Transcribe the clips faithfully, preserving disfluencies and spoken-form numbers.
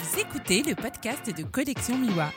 Vous écoutez le podcast de Collection Miwa.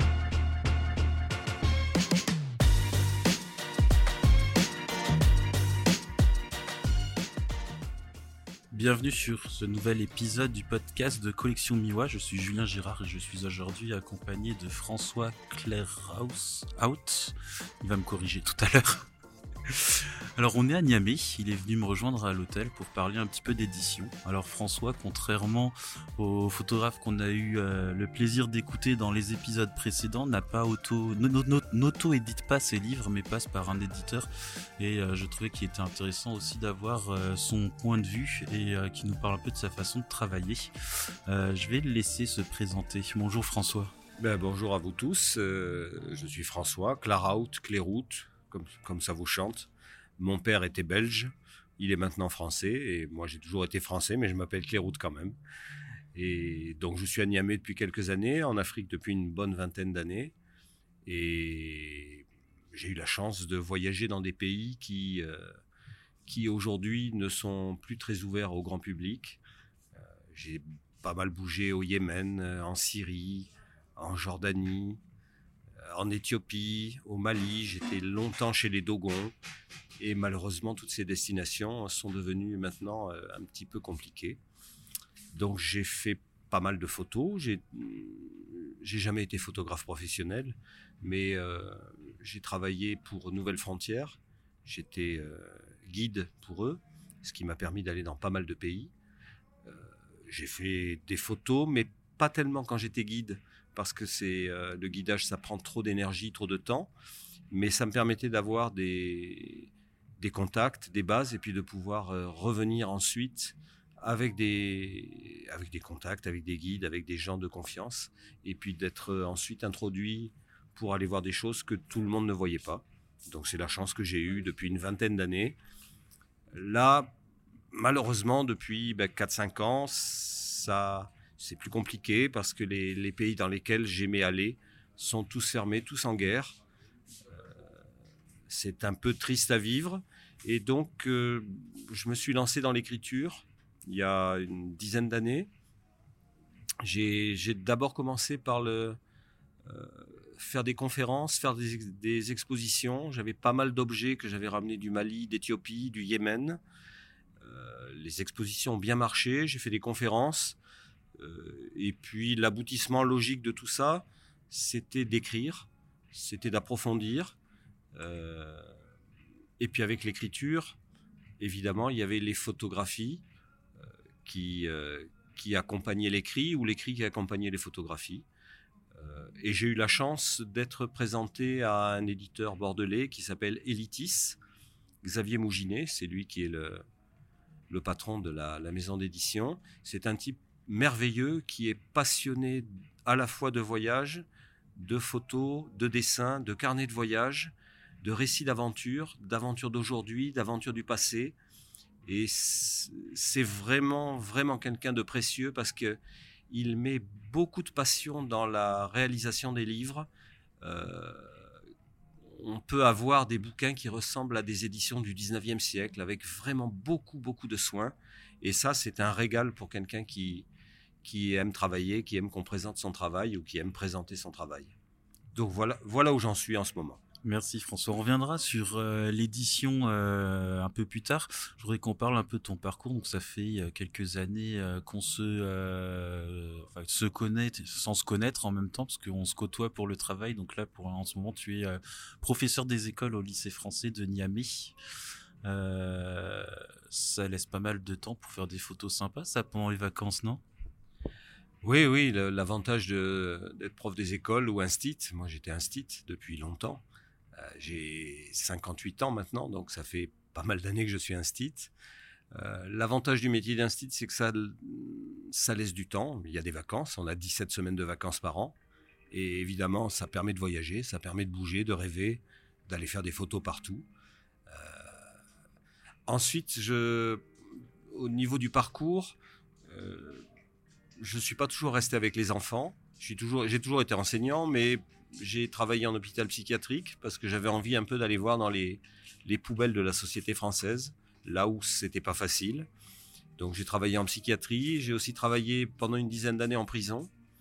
Bienvenue sur ce nouvel épisode du podcast de Collection Miwa. Je suis Julien Girard et je suis aujourd'hui accompagné de François Claerhaus. Il va me corriger tout à l'heure. Alors on est à Niamey, il est venu me rejoindre à l'hôtel pour parler un petit peu d'édition. Alors François, contrairement aux photographes qu'on a eu euh, le plaisir d'écouter dans les épisodes précédents, n'a pas auto, n'auto-édite pas ses livres mais passe par un éditeur. Et euh, je trouvais qu'il était intéressant aussi d'avoir euh, son point de vue et euh, qui nous parle un peu de sa façon de travailler. Euh, je vais le laisser se présenter. Bonjour François. Ben, bonjour à vous tous, euh, je suis François, Claerhaus, Claerhaus, comme, comme ça vous chante. Mon père était belge, il est maintenant français, et moi j'ai toujours été français, mais je m'appelle Claerhaus quand même. Et donc je suis à Niamey depuis quelques années, en Afrique depuis une bonne vingtaine d'années, et j'ai eu la chance de voyager dans des pays qui, euh, qui aujourd'hui ne sont plus très ouverts au grand public. Euh, j'ai pas mal bougé au Yémen, en Syrie, en Jordanie, en Éthiopie, au Mali, j'étais longtemps chez les Dogons et malheureusement toutes ces destinations sont devenues maintenant euh, un petit peu compliquées. Donc j'ai fait pas mal de photos, j'ai, j'ai jamais été photographe professionnel, mais euh, j'ai travaillé pour Nouvelles Frontières, j'étais euh, guide pour eux, ce qui m'a permis d'aller dans pas mal de pays. Euh, j'ai fait des photos, mais pas tellement quand j'étais guide, parce que c'est euh, le guidage, ça prend trop d'énergie, trop de temps, mais ça me permettait d'avoir des, des contacts, des bases, et puis de pouvoir euh, revenir ensuite avec des, avec des contacts, avec des guides, avec des gens de confiance, et puis d'être euh, ensuite introduit pour aller voir des choses que tout le monde ne voyait pas. Donc c'est la chance que j'ai eue depuis une vingtaine d'années. Là, malheureusement, depuis ben, quatre cinq ans, ça... c'est plus compliqué parce que les, les pays dans lesquels j'aimais aller sont tous fermés, tous en guerre. Euh, c'est un peu triste à vivre. Et donc, euh, je me suis lancé dans l'écriture il y a une dizaine d'années. J'ai, j'ai d'abord commencé par le, euh, faire des conférences, faire des, des expositions. J'avais pas mal d'objets que j'avais ramenés du Mali, d'Éthiopie, du Yémen. Euh, les expositions ont bien marché. J'ai fait des conférences. Euh, et puis l'aboutissement logique de tout ça, c'était d'écrire, c'était d'approfondir. Euh, et puis avec l'écriture, évidemment, il y avait les photographies euh, qui, euh, qui accompagnaient l'écrit ou l'écrit qui accompagnait les photographies. Euh, et j'ai eu la chance d'être présenté à un éditeur bordelais qui s'appelle Elitis, Xavier Mouginet, c'est lui qui est le, le patron de la, la maison d'édition. C'est un type merveilleux qui est passionné à la fois de voyage, de photos, de dessins, de carnets de voyage, de récits d'aventures, d'aventures d'aujourd'hui, d'aventures du passé. Et c'est vraiment, vraiment quelqu'un de précieux parce que il met beaucoup de passion dans la réalisation des livres. Euh, on peut avoir des bouquins qui ressemblent à des éditions du dix-neuvième siècle avec vraiment beaucoup, beaucoup de soin. Et ça, c'est un régal pour quelqu'un qui, qui aime travailler, qui aime qu'on présente son travail ou qui aime présenter son travail. Donc voilà, voilà où j'en suis en ce moment. Merci François. On reviendra sur euh, l'édition euh, un peu plus tard. Je voudrais qu'on parle un peu de ton parcours. Donc ça fait euh, quelques années euh, qu'on se, euh, enfin, se connaît sans se connaître en même temps parce qu'on se côtoie pour le travail. Donc là, pour en ce moment, tu es euh, professeur des écoles au lycée français de Niamey. Euh, ça laisse pas mal de temps pour faire des photos sympas, ça, pendant les vacances, non ? Oui, oui, le, l'avantage de, d'être prof des écoles ou instit, moi j'étais instit depuis longtemps, euh, j'ai cinquante-huit ans maintenant, donc ça fait pas mal d'années que je suis instit. Euh, l'avantage du métier d'instit, c'est que ça, ça laisse du temps, il y a des vacances, on a dix-sept semaines de vacances par an, et évidemment ça permet de voyager, ça permet de bouger, de rêver, d'aller faire des photos partout. Euh, ensuite, je, au niveau du parcours, euh, je ne suis pas toujours resté avec les enfants. Je suis toujours, j'ai toujours été enseignant, mais j'ai travaillé en hôpital psychiatrique parce que j'avais envie un peu d'aller voir dans les, les poubelles de la société française, là où c'était pas facile. Donc j'ai travaillé en psychiatrie, j'ai aussi travaillé pendant une dizaine d'années en prison.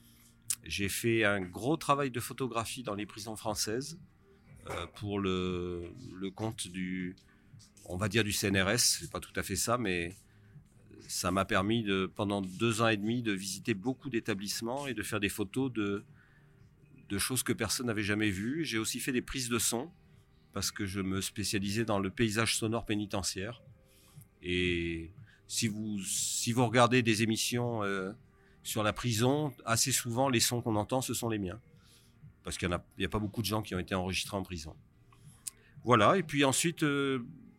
J'ai fait un gros travail de photographie dans les prisons françaises euh, pour le, le compte du, on va dire du C N R S. C'est pas tout à fait ça, mais ça m'a permis de, pendant deux ans et demi de visiter beaucoup d'établissements et de faire des photos de, de choses que personne n'avait jamais vues. J'ai aussi fait des prises de son parce que je me spécialisais dans le paysage sonore pénitentiaire. Et si vous, si vous regardez des émissions euh, sur la prison, assez souvent les sons qu'on entend, ce sont les miens. Parce qu'il n'y a, a pas beaucoup de gens qui ont été enregistrés en prison. Voilà, et puis ensuite, euh,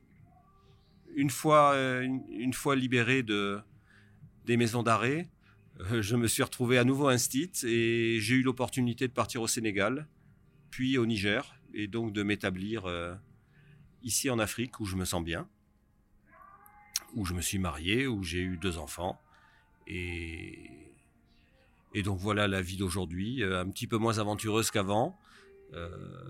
une, fois, euh, une, une fois libéré de, des maisons d'arrêt, euh, je me suis retrouvé à nouveau instit et j'ai eu l'opportunité de partir au Sénégal, puis au Niger, et donc de m'établir euh, ici en Afrique où je me sens bien, où je me suis marié, où j'ai eu deux enfants. Et, et donc voilà la vie d'aujourd'hui, euh, un petit peu moins aventureuse qu'avant. Euh,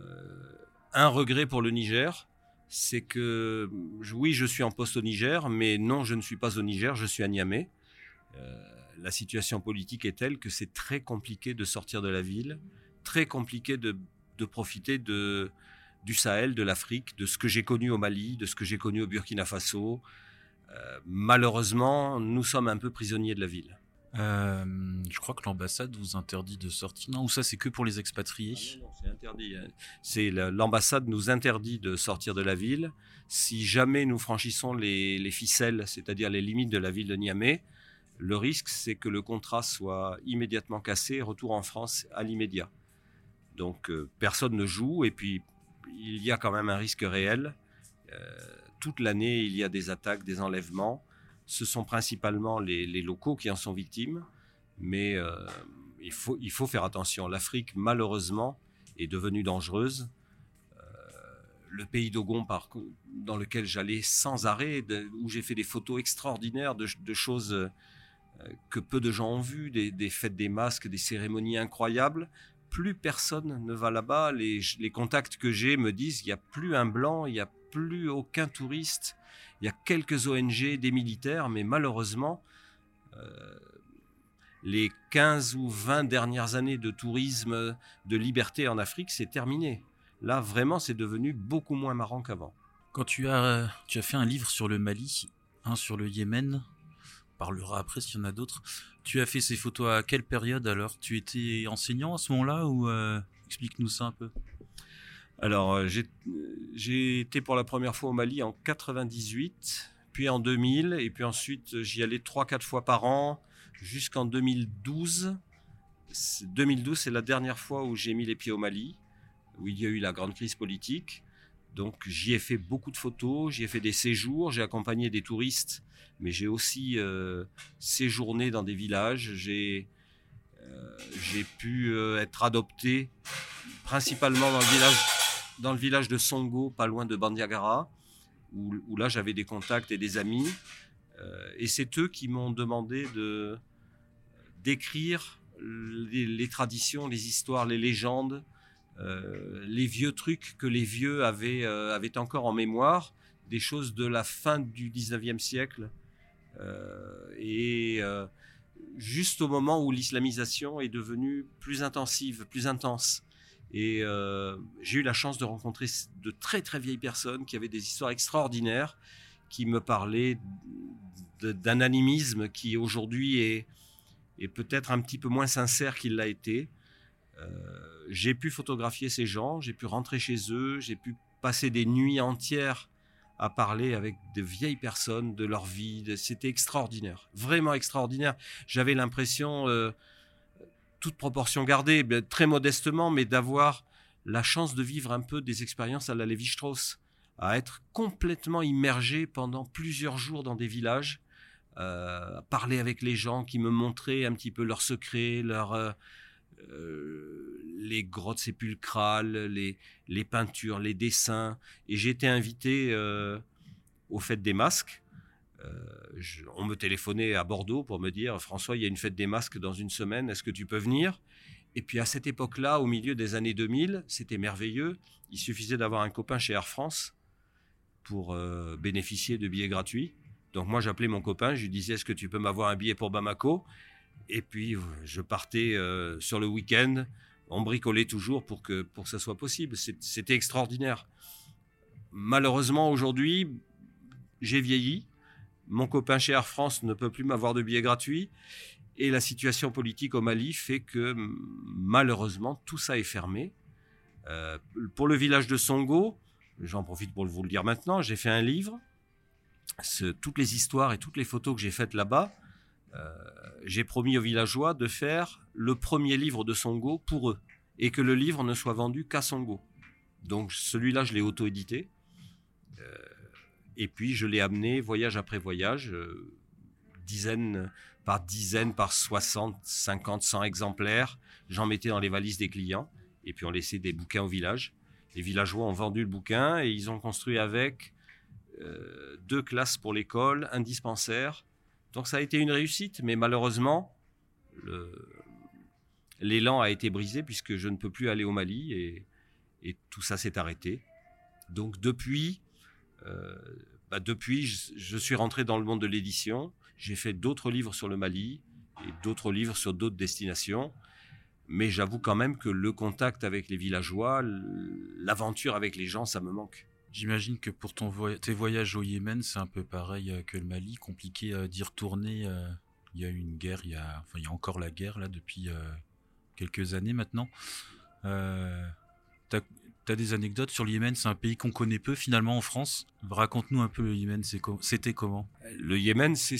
un regret pour le Niger, c'est que oui, je suis en poste au Niger, mais non, je ne suis pas au Niger, je suis à Niamey. Euh, la situation politique est telle que c'est très compliqué de sortir de la ville, très compliqué de, de profiter de, du Sahel, de l'Afrique, de ce que j'ai connu au Mali, de ce que j'ai connu au Burkina Faso. Euh, malheureusement, nous sommes un peu prisonniers de la ville. Euh, je crois que l'ambassade vous interdit de sortir. Non, ou ça, c'est que pour les expatriés. Ah non, non, c'est interdit. C'est la, l'ambassade nous interdit de sortir de la ville. Si jamais nous franchissons les, les ficelles, c'est-à-dire les limites de la ville de Niamey, le risque, c'est que le contrat soit immédiatement cassé, retour en France à l'immédiat. Donc, euh, personne ne joue, et puis il y a quand même un risque réel. Euh, toute l'année, il y a des attaques, des enlèvements. Ce sont principalement les, les locaux qui en sont victimes, mais euh, il faut, il faut faire attention. L'Afrique, malheureusement, est devenue dangereuse. Euh, le pays d'Ogon, par, dans lequel j'allais sans arrêt, de, où j'ai fait des photos extraordinaires de, de choses euh, que peu de gens ont vues, des, des fêtes des masques, des cérémonies incroyables. Plus personne ne va là-bas. Les, les contacts que j'ai me disent qu'il n'y a plus un blanc, il n'y a plus aucun touriste. Il y a quelques O N G, des militaires, mais malheureusement, euh, les quinze ou vingt dernières années de tourisme, de liberté en Afrique, c'est terminé. Là, vraiment, c'est devenu beaucoup moins marrant qu'avant. Quand tu as, tu as fait un livre sur le Mali, un sur le Yémen, on parlera après s'il y en a d'autres. Tu as fait ces photos à quelle période alors? Tu étais enseignant à ce moment-là ou euh, explique-nous ça un peu. Alors, j'ai, j'ai été pour la première fois au Mali en quatre-vingt-dix-huit, puis en deux mille, et puis ensuite j'y allais trois quatre fois par an, jusqu'en deux mille douze. deux mille douze, c'est la dernière fois où j'ai mis les pieds au Mali, où il y a eu la grande crise politique. Donc j'y ai fait beaucoup de photos, j'y ai fait des séjours, j'ai accompagné des touristes, mais j'ai aussi euh, séjourné dans des villages, j'ai... Euh, j'ai pu euh, être adopté principalement dans le village, dans le village de Songo, pas loin de Bandiagara, où, où là j'avais des contacts et des amis. Euh, et c'est eux qui m'ont demandé de, d'écrire les, les traditions, les histoires, les légendes, euh, les vieux trucs que les vieux avaient, euh, avaient encore en mémoire, des choses de la fin du dix-neuvième siècle. Euh, et... Euh, juste au moment où l'islamisation est devenue plus intensive, plus intense. Et euh, j'ai eu la chance de rencontrer de très très vieilles personnes qui avaient des histoires extraordinaires, qui me parlaient de, d'un animisme qui aujourd'hui est, est peut-être un petit peu moins sincère qu'il l'a été. Euh, j'ai pu photographier ces gens, j'ai pu rentrer chez eux, j'ai pu passer des nuits entières à parler avec de vieilles personnes, de leur vie. De... C'était extraordinaire, vraiment extraordinaire. J'avais l'impression, euh, toute proportion gardée, très modestement, mais d'avoir la chance de vivre un peu des expériences à la Lévi-Strauss, à être complètement immergé pendant plusieurs jours dans des villages, euh, à parler avec les gens qui me montraient un petit peu leurs secrets, leurs... Euh, Euh, les grottes sépulcrales, les, les peintures, les dessins. Et j'ai été invité euh, aux fêtes des masques. Euh, je, on me téléphonait à Bordeaux pour me dire « François, il y a une fête des masques dans une semaine, est-ce que tu peux venir ?» Et puis à cette époque-là, au milieu des années deux mille, c'était merveilleux. Il suffisait d'avoir un copain chez Air France pour euh, bénéficier de billets gratuits. Donc moi, j'appelais mon copain, je lui disais « Est-ce que tu peux m'avoir un billet pour Bamako ?» Et puis, je partais euh, sur le week-end. On bricolait toujours pour que, pour que ça soit possible. C'était extraordinaire. Malheureusement, aujourd'hui, j'ai vieilli. Mon copain chez Air France ne peut plus m'avoir de billets gratuits. Et la situation politique au Mali fait que, malheureusement, tout ça est fermé. Euh, pour le village de Songo, j'en profite pour vous le dire maintenant, j'ai fait un livre. Ce, toutes les histoires et toutes les photos que j'ai faites là-bas, euh, j'ai promis aux villageois de faire le premier livre de Songo pour eux et que le livre ne soit vendu qu'à Songo. Donc celui-là, je l'ai auto-édité euh, et puis je l'ai amené voyage après voyage, euh, dizaine par dizaine, par soixante, cinquante, cent exemplaires. J'en mettais dans les valises des clients et puis on laissait des bouquins au village. Les villageois ont vendu le bouquin et ils ont construit avec euh, deux classes pour l'école, un dispensaire. Donc ça a été une réussite, mais malheureusement, le, l'élan a été brisé puisque je ne peux plus aller au Mali et, et tout ça s'est arrêté. Donc depuis, euh, bah depuis je, je suis rentré dans le monde de l'édition. J'ai fait d'autres livres sur le Mali et d'autres livres sur d'autres destinations. Mais j'avoue quand même que le contact avec les villageois, l'aventure avec les gens, ça me manque. J'imagine que pour ton voy- tes voyages au Yémen, c'est un peu pareil euh, que le Mali, compliqué euh, d'y retourner. Euh, il y a eu une guerre, il y a, enfin, il y a encore la guerre là depuis euh, quelques années maintenant. Euh, t'as, t'as des anecdotes sur le Yémen? C'est un pays qu'on connaît peu finalement en France. Raconte-nous un peu le Yémen, c'est co- c'était comment? Le Yémen, c'est...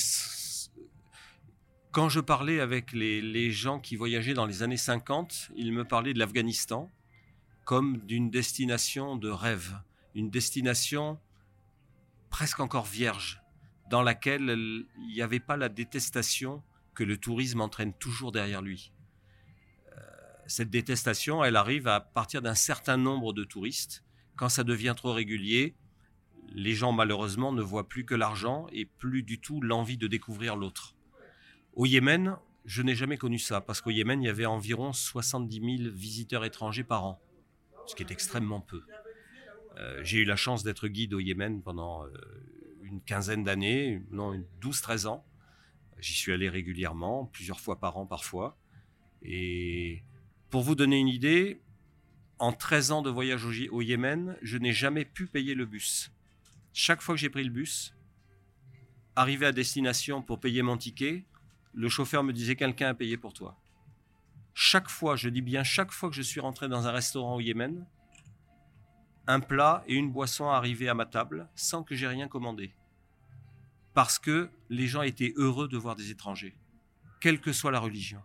Quand je parlais avec les, les gens qui voyageaient dans les années cinquante, ils me parlaient de l'Afghanistan comme d'une destination de rêve, une destination presque encore vierge, dans laquelle il n'y avait pas la détestation que le tourisme entraîne toujours derrière lui. Euh, cette détestation, elle arrive à partir d'un certain nombre de touristes. Quand ça devient trop régulier, les gens malheureusement ne voient plus que l'argent et plus du tout l'envie de découvrir l'autre. Au Yémen, je n'ai jamais connu ça, parce qu'au Yémen, il y avait environ soixante-dix mille visiteurs étrangers par an, ce qui est extrêmement peu. Euh, j'ai eu la chance d'être guide au Yémen pendant euh, une quinzaine d'années, non, douze treize ans. J'y suis allé régulièrement, plusieurs fois par an parfois. Et pour vous donner une idée, en treize ans de voyage au, au Yémen, je n'ai jamais pu payer le bus. Chaque fois que j'ai pris le bus, arrivé à destination pour payer mon ticket, le chauffeur me disait « quelqu'un a payé pour toi ». Chaque fois, je dis bien chaque fois que je suis rentré dans un restaurant au Yémen, un plat et une boisson arrivaient à ma table sans que j'ai rien commandé. Parce que les gens étaient heureux de voir des étrangers, quelle que soit la religion.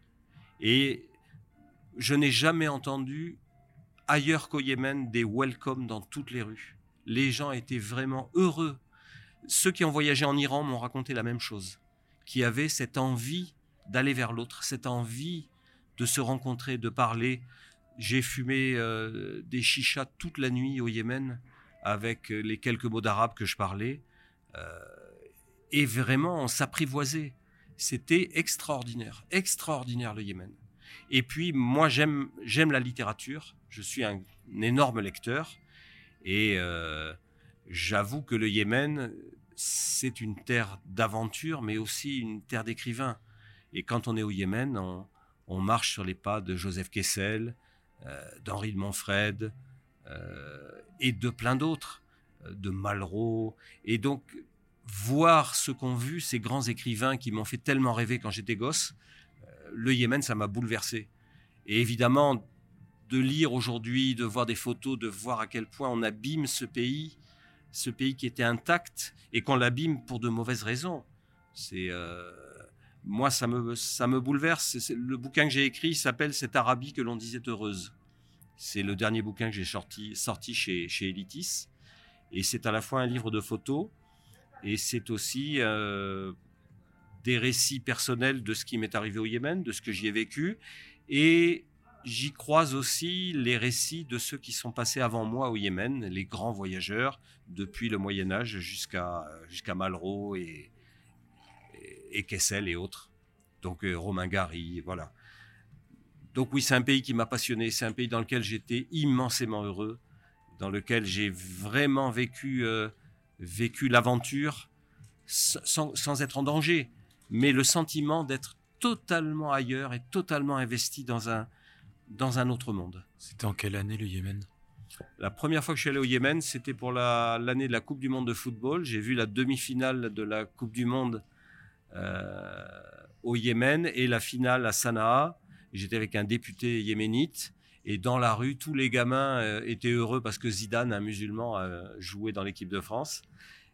Et je n'ai jamais entendu ailleurs qu'au Yémen des welcome dans toutes les rues. Les gens étaient vraiment heureux. Ceux qui ont voyagé en Iran m'ont raconté la même chose, qui avaient cette envie d'aller vers l'autre, cette envie de se rencontrer, de parler. J'ai fumé euh, des chichas toute la nuit au Yémen avec les quelques mots d'arabe que je parlais. Euh, et vraiment, on s'apprivoisait. C'était extraordinaire, extraordinaire le Yémen. Et puis, moi, j'aime, j'aime la littérature. Je suis un, un énorme lecteur. Et euh, j'avoue que le Yémen, c'est une terre d'aventure, mais aussi une terre d'écrivains. Et quand on est au Yémen, on, on marche sur les pas de Joseph Kessel, euh, d'Henri de Montfred, euh, et de plein d'autres, de Malraux. Et donc, voir ce qu'ont vu ces grands écrivains qui m'ont fait tellement rêver quand j'étais gosse, euh, le Yémen, ça m'a bouleversé. Et évidemment, de lire aujourd'hui, de voir des photos, de voir à quel point on abîme ce pays, ce pays qui était intact, et qu'on l'abîme pour de mauvaises raisons. C'est, euh, moi, ça me, ça me bouleverse. C'est, le bouquin que j'ai écrit s'appelle « Cette Arabie que l'on disait heureuse ». C'est le dernier bouquin que j'ai sorti, sorti chez, chez Elitis. Et c'est à la fois un livre de photos, et c'est aussi euh, des récits personnels de ce qui m'est arrivé au Yémen, de ce que j'y ai vécu, et j'y croise aussi les récits de ceux qui sont passés avant moi au Yémen, les grands voyageurs, depuis le Moyen-Âge jusqu'à, jusqu'à Malraux et, et, et Kessel et autres. Donc euh, Romain Gary, voilà. Donc oui, c'est un pays qui m'a passionné, c'est un pays dans lequel j'étais immensément heureux, dans lequel j'ai vraiment vécu, euh, vécu l'aventure sans, sans être en danger, mais le sentiment d'être totalement ailleurs et totalement investi dans un, dans un autre monde. C'était en quelle année le Yémen ? La première fois que je suis allé au Yémen, c'était pour la, l'année de la Coupe du Monde de football. J'ai vu la demi-finale de la Coupe du Monde euh, au Yémen et la finale à Sanaa. J'étais avec un député yéménite et dans la rue, tous les gamins euh, étaient heureux parce que Zidane, un musulman, a joué dans l'équipe de France.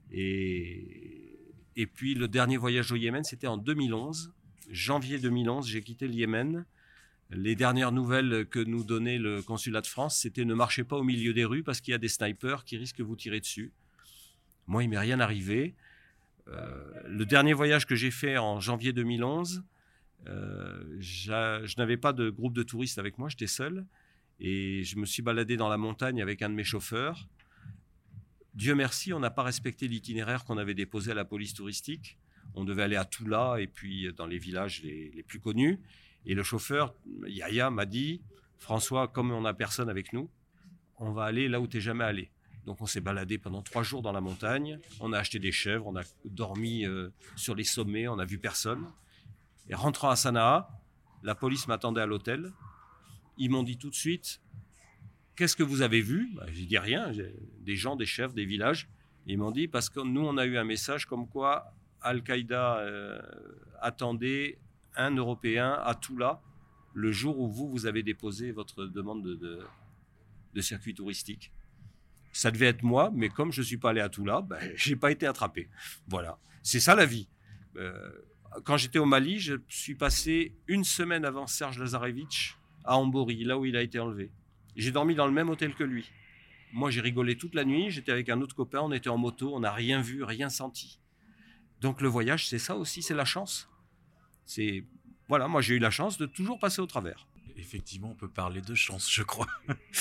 Et, et puis le dernier voyage au Yémen, c'était en deux mille onze. Janvier deux mille onze, j'ai quitté le Yémen. Les dernières nouvelles que nous donnait le consulat de France, c'était ne marchez pas au milieu des rues parce qu'il y a des snipers qui risquent de vous tirer dessus. Moi, il m'est rien arrivé. Euh, le dernier voyage que j'ai fait en janvier deux mille onze, euh, je n'avais pas de groupe de touristes avec moi, j'étais seul. Et je me suis baladé dans la montagne avec un de mes chauffeurs. Dieu merci, on n'a pas respecté l'itinéraire qu'on avait déposé à la police touristique. On devait aller à Toula et puis dans les villages les, les plus connus. Et le chauffeur, Yahya, m'a dit « François, comme on n'a personne avec nous, on va aller là où tu n'es jamais allé. » Donc on s'est baladé pendant trois jours dans la montagne. On a acheté des chèvres, on a dormi euh, sur les sommets, on n'a vu personne. Et rentrant à Sanaa, la police m'attendait à l'hôtel. Ils m'ont dit tout de suite « Qu'est-ce que vous avez vu ?» Ben, j'ai dit rien, des gens, des chèvres, des villages. Et ils m'ont dit « Parce que nous, on a eu un message comme quoi Al-Qaïda euh, attendait un Européen à Toula le jour où vous, vous avez déposé votre demande de, de, de circuit touristique. » Ça devait être moi, mais comme je ne suis pas allé à Toula, ben, je n'ai pas été attrapé. Voilà, c'est ça la vie. Euh, quand j'étais au Mali, je suis passé une semaine avant Serge Lazarevic à Ambori, là où il a été enlevé. J'ai dormi dans le même hôtel que lui. Moi, j'ai rigolé toute la nuit, j'étais avec un autre copain, on était en moto, on n'a rien vu, rien senti. Donc le voyage, c'est ça aussi, c'est la chance. C'est voilà, moi j'ai eu la chance de toujours passer au travers. Effectivement, on peut parler de chance, je crois.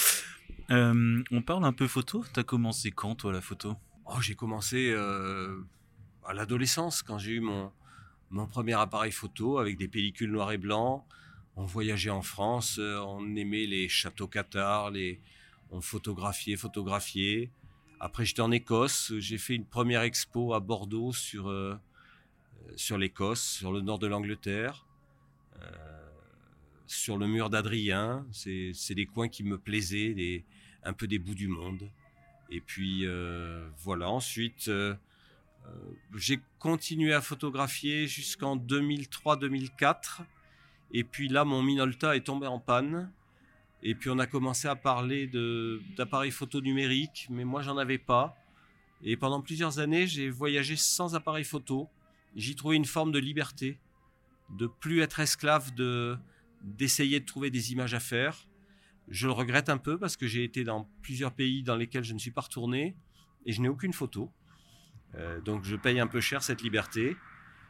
euh, on parle un peu photo. T'as commencé quand, toi, la photo ? Oh, j'ai commencé euh, à l'adolescence, quand j'ai eu mon, mon premier appareil photo avec des pellicules noir et blanc. On voyageait en France, euh, on aimait les châteaux cathares, les... on photographiait, photographiait. Après, j'étais en Écosse, j'ai fait une première expo à Bordeaux sur, euh, sur l'Écosse, sur le nord de l'Angleterre. Euh, sur le mur d'Adrien, c'est, c'est des coins qui me plaisaient, des, un peu des bouts du monde. Et puis euh, voilà, ensuite euh, euh, j'ai continué à photographier jusqu'en deux mille trois deux mille quatre. Et puis là, mon Minolta est tombé en panne. Et puis on a commencé à parler de, d'appareils photo numériques, mais moi j'en avais pas. Et pendant plusieurs années, j'ai voyagé sans appareil photo. J'y trouvais une forme de liberté, de plus être esclave de, d'essayer de trouver des images à faire. Je le regrette un peu parce que j'ai été dans plusieurs pays dans lesquels je ne suis pas retourné et je n'ai aucune photo. Euh, donc je paye un peu cher cette liberté.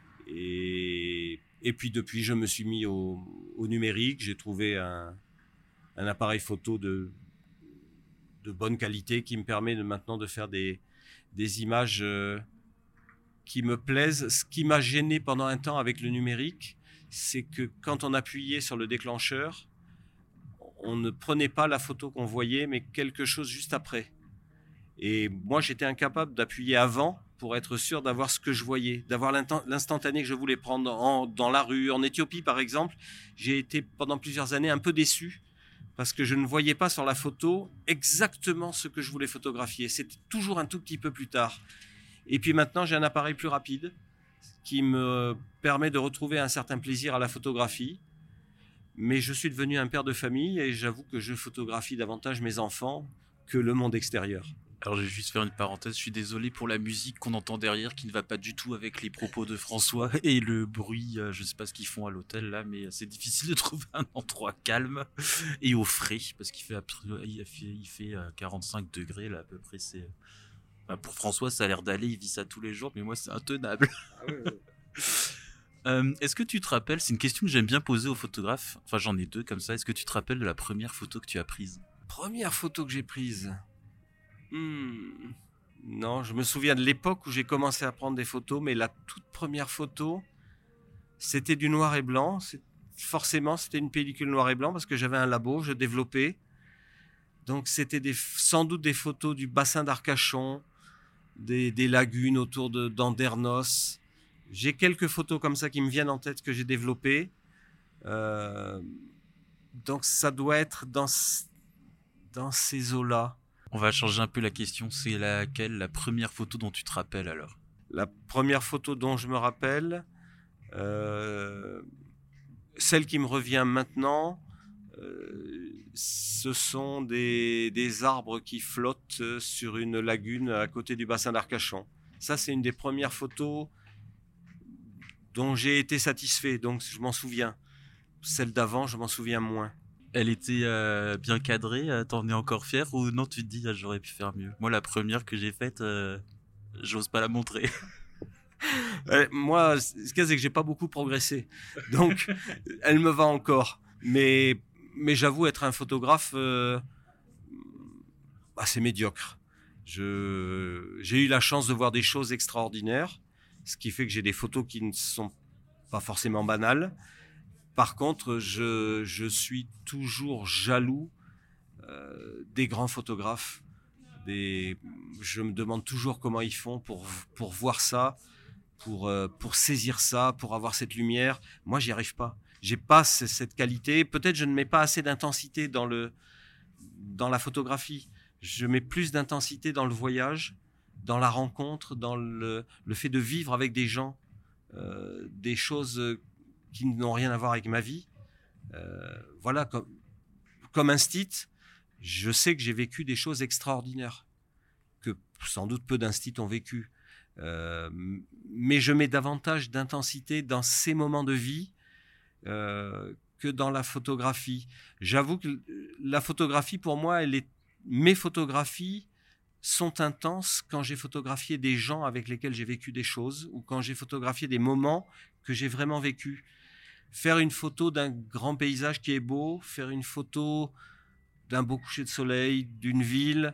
Et, et puis depuis, je me suis mis au, au numérique. J'ai trouvé un, un appareil photo de, de bonne qualité qui me permet de, maintenant de faire des, des images euh, qui me plaisent. Ce qui m'a gêné pendant un temps avec le numérique, c'est que quand on appuyait sur le déclencheur, on ne prenait pas la photo qu'on voyait, mais quelque chose juste après. Et moi, j'étais incapable d'appuyer avant pour être sûr d'avoir ce que je voyais, d'avoir l'instantané que je voulais prendre en, dans la rue. En Éthiopie, par exemple, j'ai été pendant plusieurs années un peu déçu parce que je ne voyais pas sur la photo exactement ce que je voulais photographier. C'était toujours un tout petit peu plus tard. Et puis maintenant, j'ai un appareil plus rapide qui me permet de retrouver un certain plaisir à la photographie. Mais je suis devenu un père de famille et j'avoue que je photographie davantage mes enfants que le monde extérieur. Alors je vais juste faire une parenthèse, je suis désolé pour la musique qu'on entend derrière qui ne va pas du tout avec les propos de François et le bruit, je sais pas ce qu'ils font à l'hôtel là, mais c'est difficile de trouver un endroit calme et au frais parce qu'il fait, il fait, il fait quarante-cinq degrés là à peu près. C'est... Enfin, pour François ça a l'air d'aller, il vit ça tous les jours, mais moi c'est intenable. Ah ouais, ouais. Euh, est-ce que tu te rappelles, c'est une question que j'aime bien poser aux photographes, enfin j'en ai deux comme ça, est-ce que tu te rappelles de la première photo que tu as prise ? Première photo que j'ai prise hmm. Non, je me souviens de l'époque où j'ai commencé à prendre des photos, mais la toute première photo, c'était du noir et blanc. C'est... Forcément, c'était une pellicule noir et blanc parce que j'avais un labo, je développais. Donc c'était des... sans doute des photos du bassin d'Arcachon, des, des lagunes autour de... d'Andernos. j'ai quelques photos comme ça qui me viennent en tête que j'ai développées. Euh, donc ça doit être dans, dans ces eaux-là. On va changer un peu la question. C'est laquelle la première photo dont tu te rappelles alors? La première photo dont je me rappelle, euh, celle qui me revient maintenant, euh, ce sont des, des arbres qui flottent sur une lagune à côté du bassin d'Arcachon. Ça, c'est une des premières photos dont j'ai été satisfait, donc je m'en souviens. Celle d'avant, je m'en souviens moins. Elle était euh, bien cadrée, euh, t'en es encore fier ou non, tu te dis ah, j'aurais pu faire mieux? Moi, la première que j'ai faite, euh, j'ose pas la montrer. Euh, moi, ce qu'il y a, c'est que j'ai pas beaucoup progressé, donc elle me va encore. Mais, mais j'avoue être un photographe euh, assez médiocre. Je, j'ai eu la chance de voir des choses extraordinaires, ce qui fait que j'ai des photos qui ne sont pas forcément banales. Par contre, je, je suis toujours jaloux euh, des grands photographes. Des, je me demande toujours comment ils font pour, pour voir ça, pour, euh, pour saisir ça, pour avoir cette lumière. Moi, j'y arrive pas. J'ai pas c- cette qualité. Peut-être je ne mets pas assez d'intensité dans, le, dans la photographie. Je mets plus d'intensité dans le voyage, dans la rencontre, dans le, le fait de vivre avec des gens, euh, des choses qui n'ont rien à voir avec ma vie. Euh, voilà, comme, comme instit, je sais que j'ai vécu des choses extraordinaires, que sans doute peu d'instits ont vécu. Euh, mais je mets davantage d'intensité dans ces moments de vie euh, que dans la photographie. J'avoue que la photographie, pour moi, elle est, mes photographies sont intenses quand j'ai photographié des gens avec lesquels j'ai vécu des choses ou quand j'ai photographié des moments que j'ai vraiment vécu. Faire une photo d'un grand paysage qui est beau, faire une photo d'un beau coucher de soleil, d'une ville,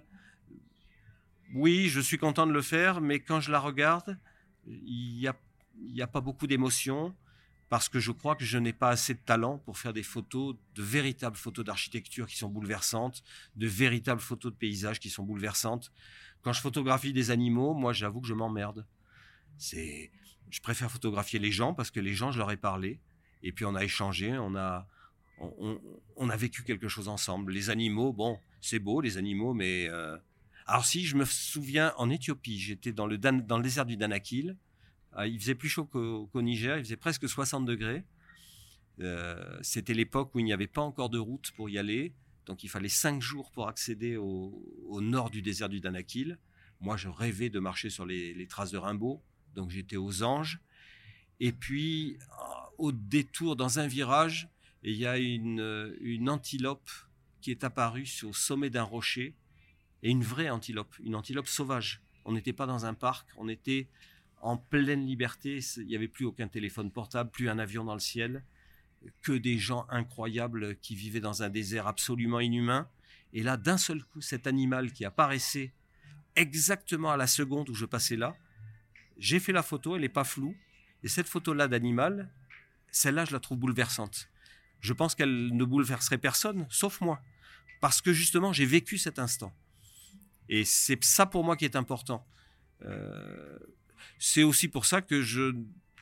oui, je suis content de le faire, mais quand je la regarde, il n'y a, il y a pas beaucoup d'émotion parce que je crois que je n'ai pas assez de talent pour faire des photos, de véritables photos d'architecture qui sont bouleversantes, de véritables photos de paysages qui sont bouleversantes. Quand je photographie des animaux, moi, j'avoue que je m'emmerde. C'est, je préfère photographier les gens parce que les gens, je leur ai parlé. Et puis on a échangé, on a, on, on, on a vécu quelque chose ensemble. Les animaux, bon, c'est beau les animaux, mais... Euh... Alors si, je me souviens, en Éthiopie, j'étais dans le, Dan, dans le désert du Danakil. Euh, il faisait plus chaud qu'au, qu'au Niger, il faisait presque soixante degrés. Euh, c'était l'époque où il n'y avait pas encore de route pour y aller. Donc il fallait cinq jours pour accéder au, au nord du désert du Danakil. Moi, je rêvais de marcher sur les, les traces de Rimbaud. Donc j'étais aux Anges. Et puis, au détour, dans un virage, il y a une, une antilope qui est apparue au sommet d'un rocher, et une vraie antilope, une antilope sauvage. On n'était pas dans un parc, on était en pleine liberté, il n'y avait plus aucun téléphone portable, plus un avion dans le ciel, que des gens incroyables qui vivaient dans un désert absolument inhumain. Et là, d'un seul coup, cet animal qui apparaissait exactement à la seconde où je passais là, j'ai fait la photo, elle n'est pas floue, et cette photo-là d'animal, celle-là, je la trouve bouleversante. Je pense qu'elle ne bouleverserait personne, sauf moi. Parce que justement, j'ai vécu cet instant. Et c'est ça pour moi qui est important. Euh, c'est aussi pour ça que je,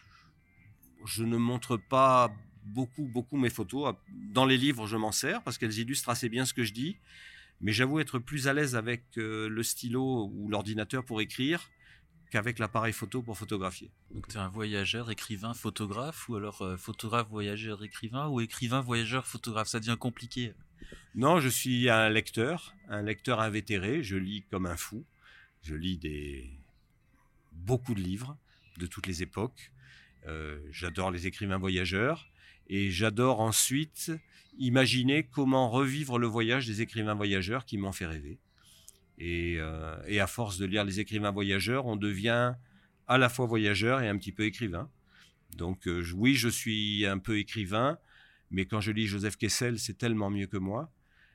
je ne montre pas beaucoup, beaucoup mes photos. Dans les livres, je m'en sers parce qu'elles illustrent assez bien ce que je dis. Mais j'avoue être plus à l'aise avec euh, le stylo ou l'ordinateur pour écrire qu'avec l'appareil photo pour photographier. Donc tu es un voyageur, écrivain, photographe, ou alors euh, photographe, voyageur, écrivain, ou écrivain, voyageur, photographe? Ça devient compliqué. Non, je suis un lecteur, un lecteur invétéré. Je lis comme un fou. Je lis des... beaucoup de livres de toutes les époques. Euh, j'adore les écrivains voyageurs. Et j'adore ensuite imaginer comment revivre le voyage des écrivains voyageurs qui m'ont fait rêver. Et, euh, et à force de lire les écrivains voyageurs, on devient à la fois voyageur et un petit peu écrivain. Donc euh, oui, je suis un peu écrivain, mais quand je lis Joseph Kessel, c'est tellement mieux que moi.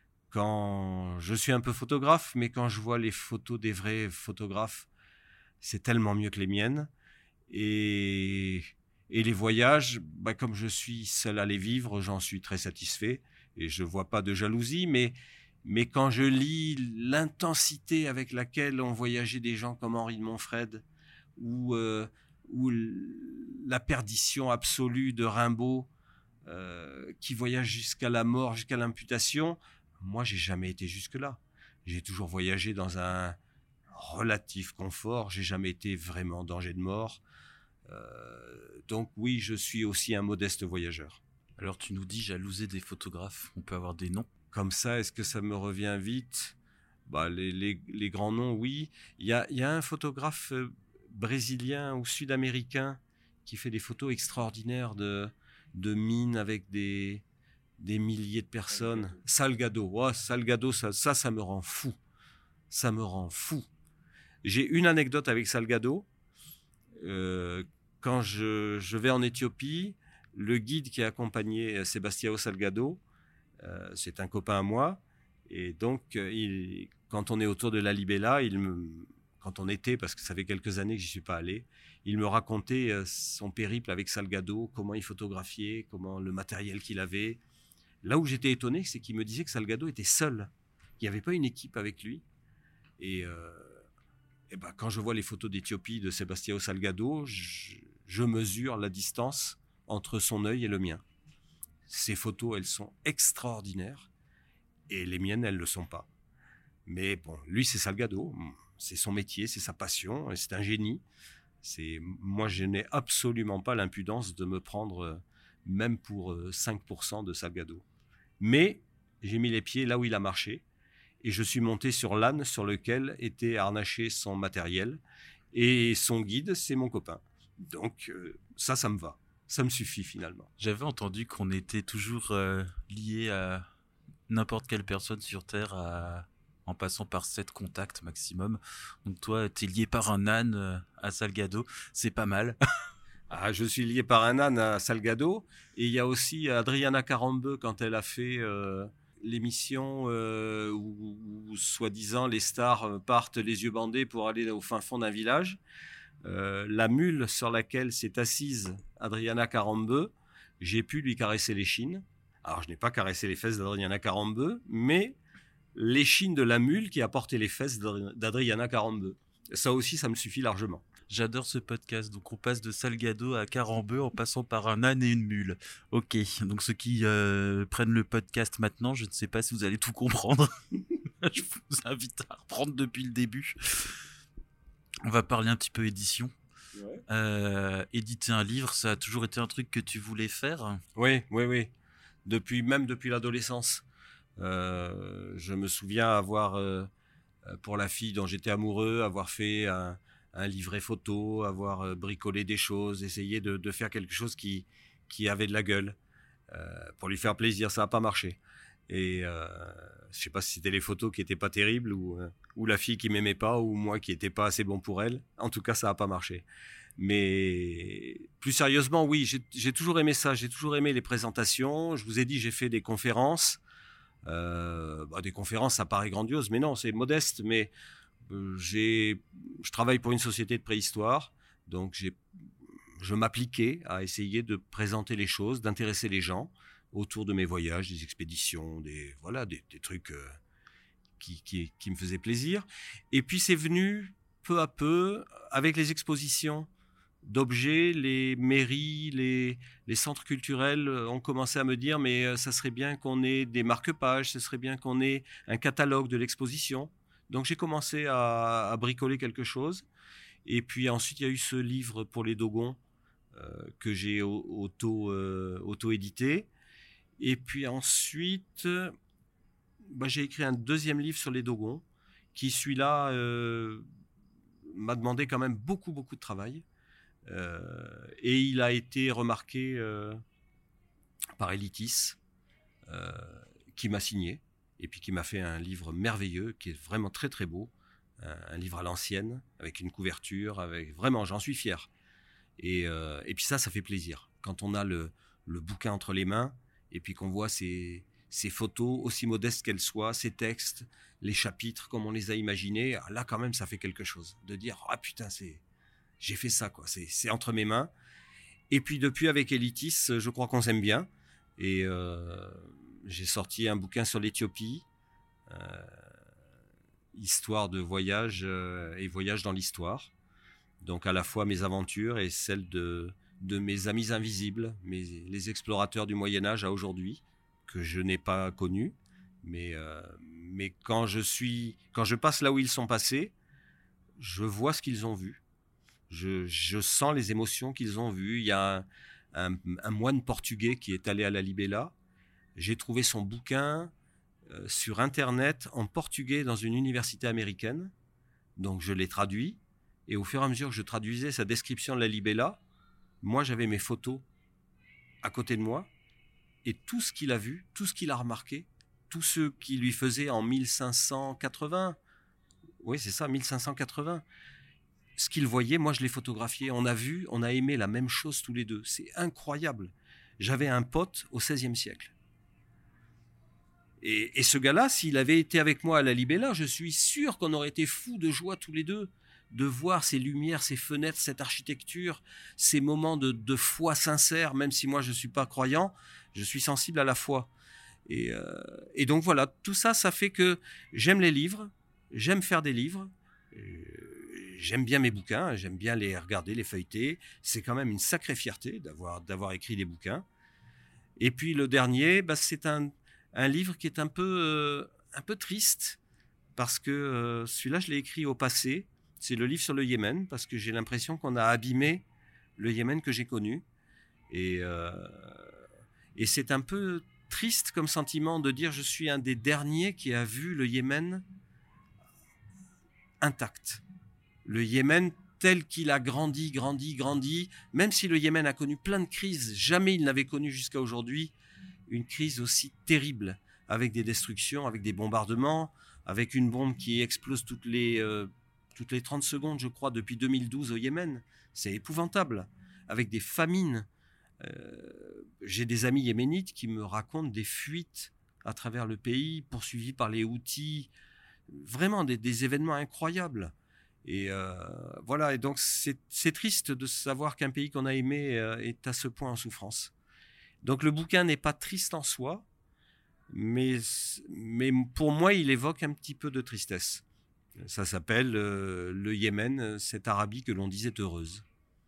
Quand je suis un peu photographe, mais quand je vois les photos des vrais photographes, c'est tellement mieux que les miennes. Et, et les voyages, bah, comme je suis seul à les vivre, j'en suis très satisfait. Et je ne vois pas de jalousie, mais... Mais quand je lis l'intensité avec laquelle ont voyagé des gens comme Henri de Montfred, ou, euh, ou la perdition absolue de Rimbaud, euh, qui voyage jusqu'à la mort, jusqu'à l'imputation. Moi, j'ai jamais été jusque-là. J'ai toujours voyagé dans un relatif confort. J'ai jamais été vraiment en danger de mort. Euh, donc oui, je suis aussi un modeste voyageur. Alors tu nous dis jalouser des photographes, on peut avoir des noms? Comme ça, est-ce que ça me revient vite? Bah, les, les, les grands noms, oui. Il y a, il y a un photographe euh, brésilien ou sud-américain qui fait des photos extraordinaires de, de mines avec des, des milliers de personnes. Salgado, ouais, Salgado, ça, ça, ça me rend fou. Ça me rend fou. J'ai une anecdote avec Salgado. Euh, quand je, je vais en Éthiopie, le guide qui a accompagné Sebastião Salgado, euh, c'est un copain à moi. Et donc, il, quand on est autour de la Libella, il me, quand on était, parce que ça fait quelques années que j'y suis pas allé, il me racontait son périple avec Salgado, comment il photographiait, comment le matériel qu'il avait. Là où j'étais étonné, c'est qu'il me disait que Salgado était seul, qu'il n'y avait pas une équipe avec lui. Et, euh, et ben, quand je vois les photos d'Éthiopie de Sebastião Salgado, je, je mesure la distance entre son œil et le mien. Ces photos, elles sont extraordinaires. Et les miennes, elles ne le sont pas. Mais bon, lui, c'est Salgado. C'est son métier, c'est sa passion. C'est un génie. C'est... Moi, je n'ai absolument pas l'impudence de me prendre même pour cinq pour cent de Salgado. Mais j'ai mis les pieds là où il a marché. Et je suis monté sur l'âne sur lequel était harnaché son matériel. Et son guide, c'est mon copain. Donc ça, ça me va. Ça me suffit finalement. J'avais entendu qu'on était toujours euh, lié à n'importe quelle personne sur Terre à... en passant par sept contacts maximum. Donc toi, t'es lié par un âne euh, à Salgado. C'est pas mal. Ah, je suis lié par un âne à Salgado. Et il y a aussi Adriana Carambeu, quand elle a fait euh, l'émission euh, où, où, soi-disant, les stars partent les yeux bandés pour aller au fin fond d'un village. Euh, la mule sur laquelle s'est assise Adriana Carambeu, j'ai pu lui caresser les chines. Alors, je n'ai pas caressé les fesses d'Adriana Carambeu, mais l'échine de la mule qui a porté les fesses d'Adriana Carambeu. Ça aussi, ça me suffit largement. J'adore ce podcast. Donc, on passe de Salgado à Carambeu en passant par un âne et une mule. Ok. Donc, ceux qui euh, prennent le podcast maintenant, je ne sais pas si vous allez tout comprendre. Je vous invite à reprendre depuis le début. On va parler un petit peu édition. Ouais. Euh, éditer un livre, ça a toujours été un truc que tu voulais faire? Oui, oui, oui. Depuis, même depuis l'adolescence. Euh, je me souviens avoir, euh, pour la fille dont j'étais amoureux, avoir fait un, un livret photo, avoir euh, bricolé des choses, essayer de, de faire quelque chose qui, qui avait de la gueule, euh, pour lui faire plaisir. Ça n'a pas marché. Et euh, je ne sais pas si c'était les photos qui n'étaient pas terribles ou, euh, ou la fille qui m'aimait pas ou moi qui n'étais pas assez bon pour elle. En tout cas, ça n'a pas marché. Mais plus sérieusement, oui, j'ai, j'ai toujours aimé ça. J'ai toujours aimé les présentations. Je vous ai dit, j'ai fait des conférences. Euh, bah, des conférences, ça paraît grandiose, mais non, c'est modeste. Mais euh, j'ai, je travaille pour une société de préhistoire, donc j'ai, je m'appliquais à essayer de présenter les choses, d'intéresser les gens autour de mes voyages, des expéditions, des voilà, des, des trucs euh, qui, qui, qui me faisaient plaisir. Et puis c'est venu peu à peu avec les expositions d'objets, les mairies, les, les centres culturels ont commencé à me dire mais ça serait bien qu'on ait des marque-pages, ça serait bien qu'on ait un catalogue de l'exposition. Donc j'ai commencé à, à bricoler quelque chose. Et puis ensuite il y a eu ce livre pour les Dogons euh, que j'ai auto, euh, auto-édité. Et puis ensuite, bah, j'ai écrit un deuxième livre sur les Dogons qui, celui-là, euh, m'a demandé quand même beaucoup, beaucoup de travail. Euh, et il a été remarqué euh, par Elitis, euh, qui m'a signé et puis qui m'a fait un livre merveilleux qui est vraiment très très beau, un, un livre à l'ancienne avec une couverture, avec vraiment, j'en suis fier. Et, euh, et puis ça, ça fait plaisir quand on a le, le bouquin entre les mains et puis qu'on voit ces, ces photos aussi modestes qu'elles soient, ces textes, les chapitres comme on les a imaginés. Là quand même, ça fait quelque chose de dire ah putain c'est j'ai fait ça, quoi. C'est, c'est entre mes mains. Et puis depuis, avec Elitis, je crois qu'on s'aime bien. Et euh, j'ai sorti un bouquin sur l'Éthiopie, euh, histoire de voyage euh, et voyage dans l'histoire. Donc à la fois mes aventures et celles de, de mes amis invisibles, mes, les explorateurs du Moyen-Âge à aujourd'hui, que je n'ai pas connus. Mais, euh, mais quand, je suis, quand je passe là où ils sont passés, je vois ce qu'ils ont vu. Je, je sens les émotions qu'ils ont vues. Il y a un, un, un moine portugais qui est allé à la Libella. J'ai trouvé son bouquin euh, sur Internet en portugais dans une université américaine. Donc je l'ai traduit. Et au fur et à mesure que je traduisais sa description de la Libella, moi j'avais mes photos à côté de moi. Et tout ce qu'il a vu, tout ce qu'il a remarqué, tous ceux qui lui faisaient en mille cinq cent quatre-vingts, oui c'est ça, mille cinq cent quatre-vingts, ce qu'il voyait, moi je l'ai photographié. On a vu, on a aimé la même chose tous les deux. C'est incroyable. J'avais un pote au seizième siècle. Et, et ce gars-là, s'il avait été avec moi à la Libella, je suis sûr qu'on aurait été fous de joie tous les deux, de voir ces lumières, ces fenêtres, cette architecture, ces moments de, de foi sincère, même si moi je ne suis pas croyant, je suis sensible à la foi. Et, euh, et donc voilà, tout ça, ça fait que j'aime les livres, j'aime faire des livres, euh, j'aime bien mes bouquins, j'aime bien les regarder, les feuilleter. C'est quand même une sacrée fierté d'avoir, d'avoir écrit des bouquins. Et puis le dernier, bah, c'est un, un livre qui est un peu, euh, un peu triste, parce que euh, celui-là, je l'ai écrit au passé. C'est le livre sur le Yémen, parce que j'ai l'impression qu'on a abîmé le Yémen que j'ai connu. Et, euh, et c'est un peu triste comme sentiment de dire je suis un des derniers qui a vu le Yémen intact. Le Yémen tel qu'il a grandi, grandi, grandi, même si le Yémen a connu plein de crises, jamais il n'avait connu jusqu'à aujourd'hui une crise aussi terrible, avec des destructions, avec des bombardements, avec une bombe qui explose toutes les, euh, toutes les trente secondes, je crois, depuis deux mille douze au Yémen. C'est épouvantable, avec des famines. Euh, j'ai des amis yéménites qui me racontent des fuites à travers le pays, poursuivis par les Houthis, vraiment des, des événements incroyables. Et euh, voilà, et donc c'est, c'est triste de savoir qu'un pays qu'on a aimé euh, est à ce point en souffrance. Donc le bouquin n'est pas triste en soi, mais, mais pour moi, il évoque un petit peu de tristesse. Ça s'appelle euh, le Yémen, cette Arabie que l'on disait heureuse.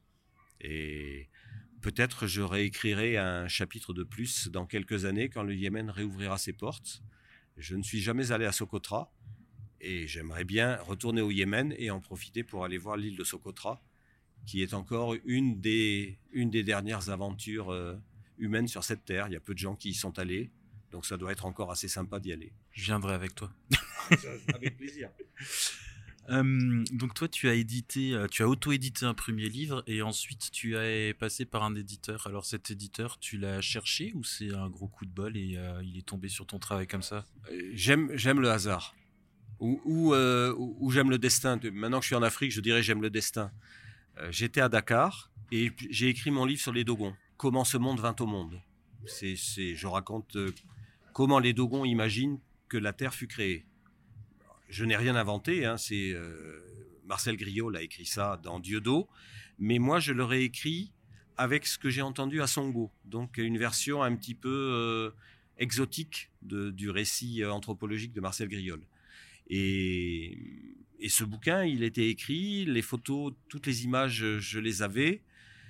Et peut-être je réécrirai un chapitre de plus dans quelques années quand le Yémen réouvrira ses portes. Je ne suis jamais allé à Socotra et j'aimerais bien retourner au Yémen et en profiter pour aller voir l'île de Socotra, qui est encore une des, une des dernières aventures euh, humaines sur cette terre. Il y a peu de gens qui y sont allés, donc ça doit être encore assez sympa d'y aller. Je viendrai avec toi. Avec plaisir. Euh, donc toi, tu as édité, euh, tu as auto-édité un premier livre et ensuite tu es passé par un éditeur. Alors cet éditeur, tu l'as cherché ou c'est un gros coup de bol et euh, il est tombé sur ton travail comme ça ? J'aime, j'aime le hasard ou, ou, euh, ou, ou j'aime le destin. Maintenant que je suis en Afrique, je dirais j'aime le destin. Euh, j'étais à Dakar et j'ai écrit mon livre sur les Dogons. Comment ce monde vint au monde. C'est, c'est, je raconte euh, comment les Dogons imaginent que la Terre fut créée. Je n'ai rien inventé, hein, c'est euh, Marcel Griault a écrit ça dans Dieu d'eau, mais moi je l'aurais écrit avec ce que j'ai entendu à Songo, donc une version un petit peu euh, exotique de, du récit anthropologique de Marcel Griault. Et, et ce bouquin, il était écrit, les photos, toutes les images, je les avais.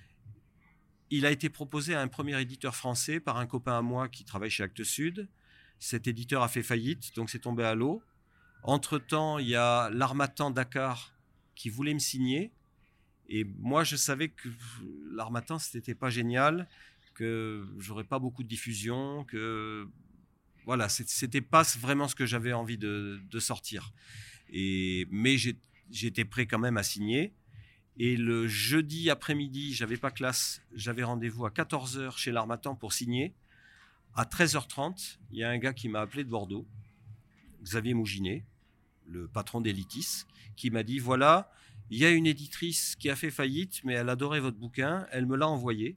Il a été proposé à un premier éditeur français par un copain à moi qui travaille chez Actes Sud. Cet éditeur a fait faillite, donc c'est tombé à l'eau. Entre-temps, il y a l'Harmattan Dakar qui voulait me signer. Et moi, je savais que l'Harmattan, ce n'était pas génial, que j'aurais pas beaucoup de diffusion, que voilà, c'était pas vraiment ce que j'avais envie de, de sortir. Et, mais j'ai, j'étais prêt quand même à signer. Et le jeudi après-midi, j'avais pas classe, j'avais rendez-vous à quatorze heures chez l'Harmattan pour signer. À treize heures trente, il y a un gars qui m'a appelé de Bordeaux, Xavier Mouginet, le patron d'Elitis, qui m'a dit, voilà, il y a une éditrice qui a fait faillite, mais elle adorait votre bouquin, elle me l'a envoyé,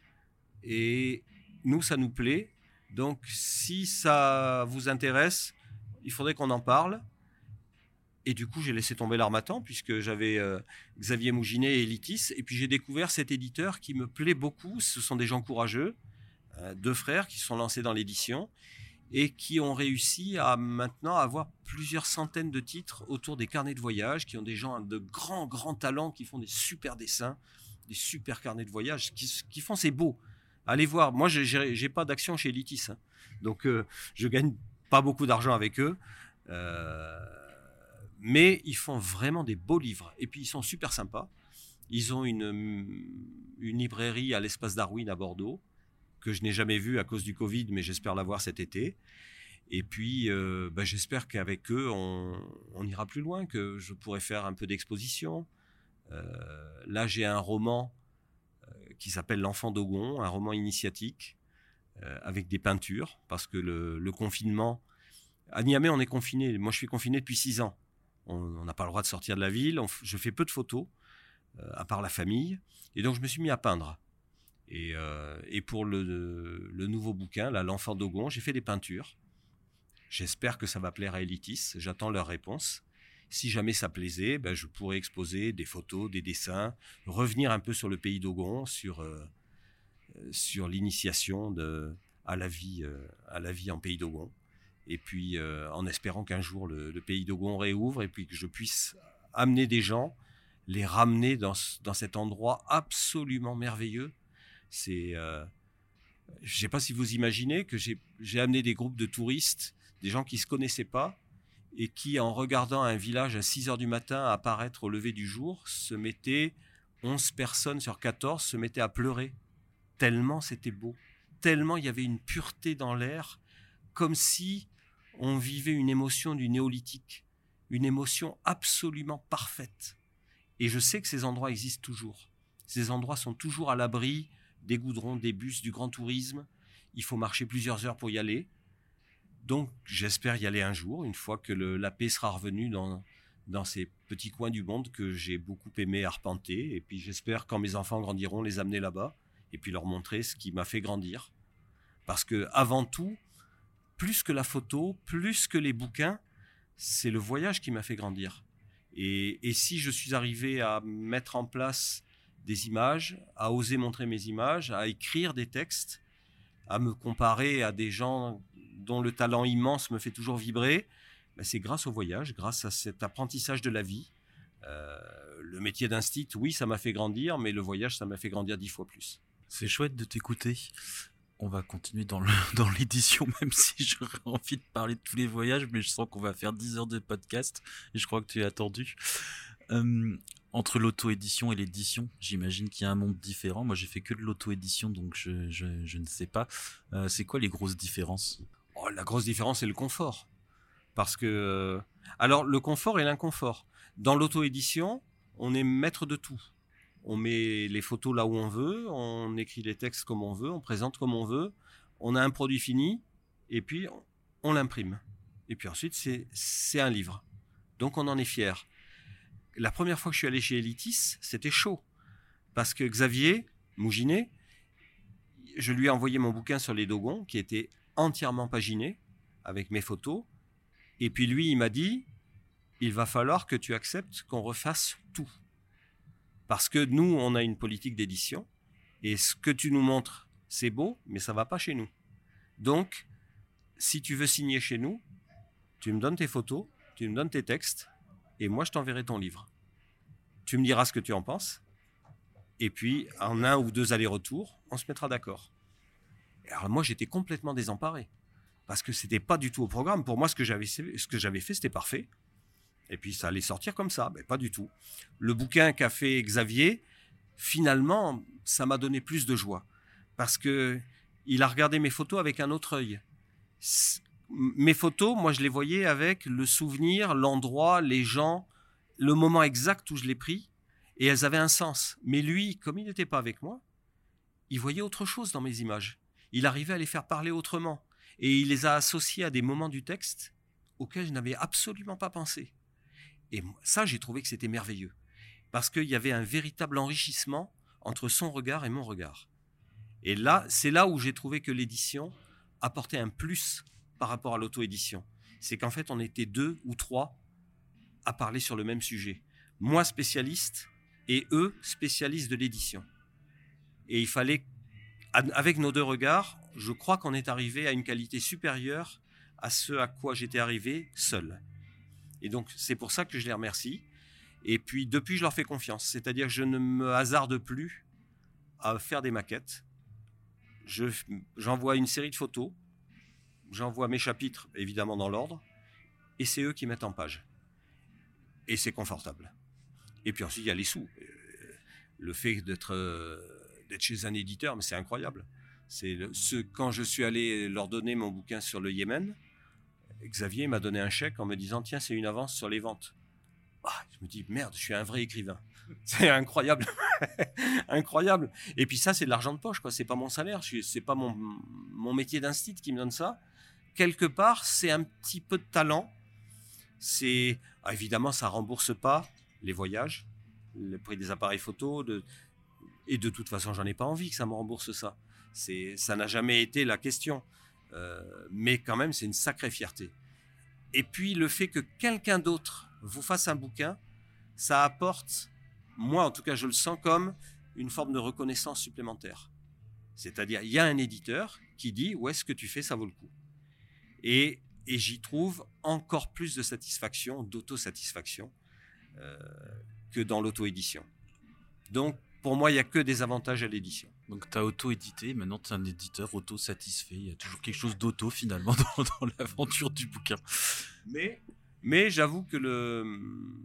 et nous, ça nous plaît, donc si ça vous intéresse, il faudrait qu'on en parle. Et du coup, j'ai laissé tomber l'Harmattan, puisque j'avais euh, Xavier Mouginet et Elitis, et puis j'ai découvert cet éditeur qui me plaît beaucoup. Ce sont des gens courageux, euh, deux frères qui se sont lancés dans l'édition, et qui ont réussi à maintenant avoir plusieurs centaines de titres autour des carnets de voyage, qui ont des gens de grands, grands talents, qui font des super dessins, des super carnets de voyage qui, qui font, c'est beau. Allez voir, moi j'ai, j'ai pas d'action chez Elitis, hein. Donc euh, je gagne pas beaucoup d'argent avec eux, euh, mais ils font vraiment des beaux livres. Et puis ils sont super sympas. Ils ont une, une librairie à l'Espace Darwin à Bordeaux, que je n'ai jamais vue à cause du Covid, mais j'espère la voir cet été. Et puis, euh, bah, j'espère qu'avec eux, on, on ira plus loin, que je pourrai faire un peu d'exposition. Euh, là, j'ai un roman euh, qui s'appelle L'Enfant Dogon, un roman initiatique euh, avec des peintures, parce que le, le confinement... À Niamey, on est confiné. Moi, je suis confiné depuis six ans. On n'a pas le droit de sortir de la ville. On, je fais peu de photos, euh, à part la famille. Et donc, je me suis mis à peindre. Et, euh, et pour le, le nouveau bouquin, là, L'Enfant Dogon, j'ai fait des peintures. J'espère que ça va plaire à Elitis. J'attends leur réponse. Si jamais ça plaisait, ben, je pourrais exposer des photos, des dessins, revenir un peu sur le pays Dogon, sur, euh, sur l'initiation de, à, la vie, euh, à la vie en pays Dogon. Et puis, euh, en espérant qu'un jour, le, le pays Dogon réouvre et puis que je puisse amener des gens, les ramener dans, dans cet endroit absolument merveilleux. C'est... Euh, je ne sais pas si vous imaginez que j'ai, j'ai amené des groupes de touristes, des gens qui ne se connaissaient pas, et qui, en regardant un village à six heures du matin apparaître au lever du jour, se mettaient, onze personnes sur quatorze, se mettaient à pleurer. Tellement c'était beau, tellement il y avait une pureté dans l'air, comme si on vivait une émotion du néolithique, une émotion absolument parfaite. Et je sais que ces endroits existent toujours. Ces endroits sont toujours à l'abri des goudrons, des bus, du grand tourisme. Il faut marcher plusieurs heures pour y aller. Donc, j'espère y aller un jour, une fois que le, la paix sera revenue dans, dans ces petits coins du monde que j'ai beaucoup aimé arpenter. Et puis, j'espère, quand mes enfants grandiront, les amener là-bas et puis leur montrer ce qui m'a fait grandir. Parce que, avant tout, plus que la photo, plus que les bouquins, c'est le voyage qui m'a fait grandir. Et, et si je suis arrivé à mettre en place des images, à oser montrer mes images, à écrire des textes, à me comparer à des gens dont le talent immense me fait toujours vibrer, ben c'est grâce au voyage, grâce à cet apprentissage de la vie. Euh, le métier d'instit, oui, ça m'a fait grandir, mais le voyage, ça m'a fait grandir dix fois plus. C'est chouette de t'écouter. On va continuer dans, le, dans l'édition, même si j'aurais envie de parler de tous les voyages, mais je sens qu'on va faire dix heures de podcast, et je crois que tu es attendu. Euh, entre l'auto-édition et l'édition, j'imagine qu'il y a un monde différent. Moi, j'ai fait que de l'auto-édition, donc je, je, je ne sais pas. Euh, c'est quoi les grosses différences ? Oh, la grosse différence, c'est le confort. Parce que... Euh, alors, le confort et l'inconfort. Dans l'auto-édition, on est maître de tout. On met les photos là où on veut, on écrit les textes comme on veut, on présente comme on veut, on a un produit fini, et puis on, on l'imprime. Et puis ensuite, c'est, c'est un livre. Donc on en est fier. La première fois que je suis allé chez Elitis, c'était chaud. Parce que Xavier Mouginet, je lui ai envoyé mon bouquin sur les Dogons, qui était entièrement paginé, avec mes photos. Et puis lui, il m'a dit, il va falloir que tu acceptes qu'on refasse tout. Parce que nous, on a une politique d'édition, et ce que tu nous montres, c'est beau, mais ça ne va pas chez nous. Donc, si tu veux signer chez nous, tu me donnes tes photos, tu me donnes tes textes, et moi, je t'enverrai ton livre. Tu me diras ce que tu en penses, et puis, en un ou deux allers-retours, on se mettra d'accord. Et alors moi, j'étais complètement désemparé, parce que ce n'était pas du tout au programme. Pour moi, ce que j'avais, ce que j'avais fait, c'était parfait. Et puis ça allait sortir comme ça, mais pas du tout. Le bouquin qu'a fait Xavier, finalement, ça m'a donné plus de joie. Parce qu'il a regardé mes photos avec un autre œil. Mes photos, moi je les voyais avec le souvenir, l'endroit, les gens, le moment exact où je l'ai pris, et elles avaient un sens. Mais lui, comme il n'était pas avec moi, il voyait autre chose dans mes images. Il arrivait à les faire parler autrement. Et il les a associées à des moments du texte auxquels je n'avais absolument pas pensé. Et ça, j'ai trouvé que c'était merveilleux. Parce qu'il y avait un véritable enrichissement entre son regard et mon regard. Et là, c'est là où j'ai trouvé que l'édition apportait un plus par rapport à l'auto-édition. C'est qu'en fait, on était deux ou trois à parler sur le même sujet. Moi, spécialiste, et eux, spécialistes de l'édition. Et il fallait, avec nos deux regards, je crois qu'on est arrivé à une qualité supérieure à ce à quoi j'étais arrivé seul. Et donc, c'est pour ça que je les remercie. Et puis, depuis, je leur fais confiance. C'est-à-dire que je ne me hasarde plus à faire des maquettes. Je, j'envoie une série de photos. J'envoie mes chapitres, évidemment, dans l'ordre. Et c'est eux qui mettent en page. Et c'est confortable. Et puis ensuite, il y a les sous. Le fait d'être, euh, d'être chez un éditeur, mais c'est incroyable. C'est le, ce, quand je suis allé leur donner mon bouquin sur le Yémen, Xavier m'a donné un chèque en me disant « Tiens, c'est une avance sur les ventes. » Ah, je me dis « Merde, je suis un vrai écrivain. » C'est incroyable. Incroyable. Et puis ça, c'est de l'argent de poche, quoi. C'est pas mon salaire, je, c'est pas mon, mon métier d'instit qui me donne ça. Quelque part, c'est un petit peu de talent. C'est, ah, évidemment, ça rembourse pas les voyages, le prix des appareils photo, de, et de toute façon, j'en ai pas envie que ça me rembourse ça. C'est, ça n'a jamais été la question. Euh, mais quand même, c'est une sacrée fierté. Et puis, le fait que quelqu'un d'autre vous fasse un bouquin, ça apporte, moi en tout cas, je le sens comme une forme de reconnaissance supplémentaire. C'est-à-dire, il y a un éditeur qui dit « Ouais, ce que tu fais, ça vaut le coup ». Et, et j'y trouve encore plus de satisfaction, d'autosatisfaction, euh, que dans l'auto-édition. Donc, pour moi, il n'y a que des avantages à l'édition. Donc, tu as auto-édité, maintenant tu es un éditeur auto-satisfait. Il y a toujours quelque chose d'auto, finalement, dans, dans l'aventure du bouquin. Mais, mais j'avoue que le,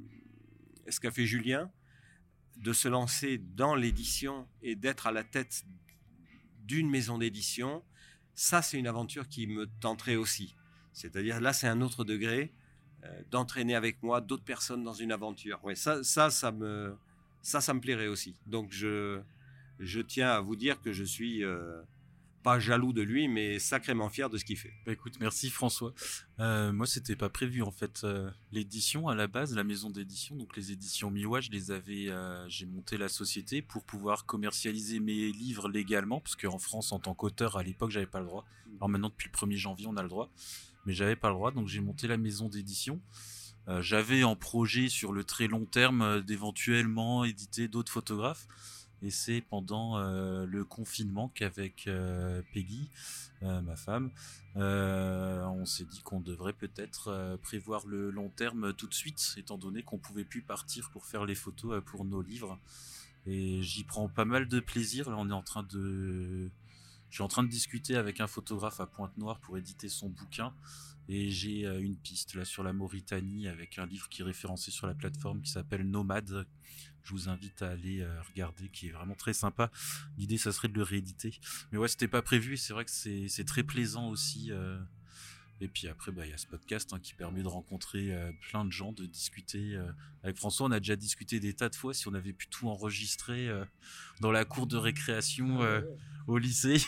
ce qu'a fait Julien, de se lancer dans l'édition et d'être à la tête d'une maison d'édition, ça, c'est une aventure qui me tenterait aussi. C'est-à-dire, là, c'est un autre degré euh, d'entraîner avec moi d'autres personnes dans une aventure. Ouais, ça, ça, ça me, ça, ça me plairait aussi. Donc, je, je tiens à vous dire que je suis euh, pas jaloux de lui, mais sacrément fier de ce qu'il fait. Bah écoute, merci François. Euh, moi, c'était pas prévu en fait. Euh, l'édition à la base, la maison d'édition, donc les éditions Miwa, je les avais, euh, j'ai monté la société pour pouvoir commercialiser mes livres légalement, parce qu'en France, en tant qu'auteur, à l'époque, j'avais pas le droit. Alors maintenant, depuis le premier janvier, on a le droit, mais j'avais pas le droit, donc j'ai monté la maison d'édition. Euh, j'avais en projet sur le très long terme euh, d'éventuellement éditer d'autres photographes. Et c'est pendant euh, le confinement qu'avec euh, Peggy, euh, ma femme, euh, on s'est dit qu'on devrait peut-être euh, prévoir le long terme tout de suite, étant donné qu'on pouvait plus partir pour faire les photos euh, pour nos livres. Et j'y prends pas mal de plaisir. Là, on est en train de, je suis en train de discuter avec un photographe à Pointe-Noire pour éditer son bouquin. Et j'ai euh, une piste là sur la Mauritanie avec un livre qui est référencé sur la plateforme qui s'appelle Nomade. Je vous invite à aller euh, regarder, qui est vraiment très sympa. L'idée, ça serait de le rééditer. Mais ouais, c'était pas prévu. C'est vrai que c'est, c'est très plaisant aussi. Euh... Et puis après, bah, y a ce podcast hein, qui permet de rencontrer euh, plein de gens, de discuter. Euh... Avec François, on a déjà discuté des tas de fois si on avait pu tout enregistrer euh, dans la cour de récréation euh, au lycée.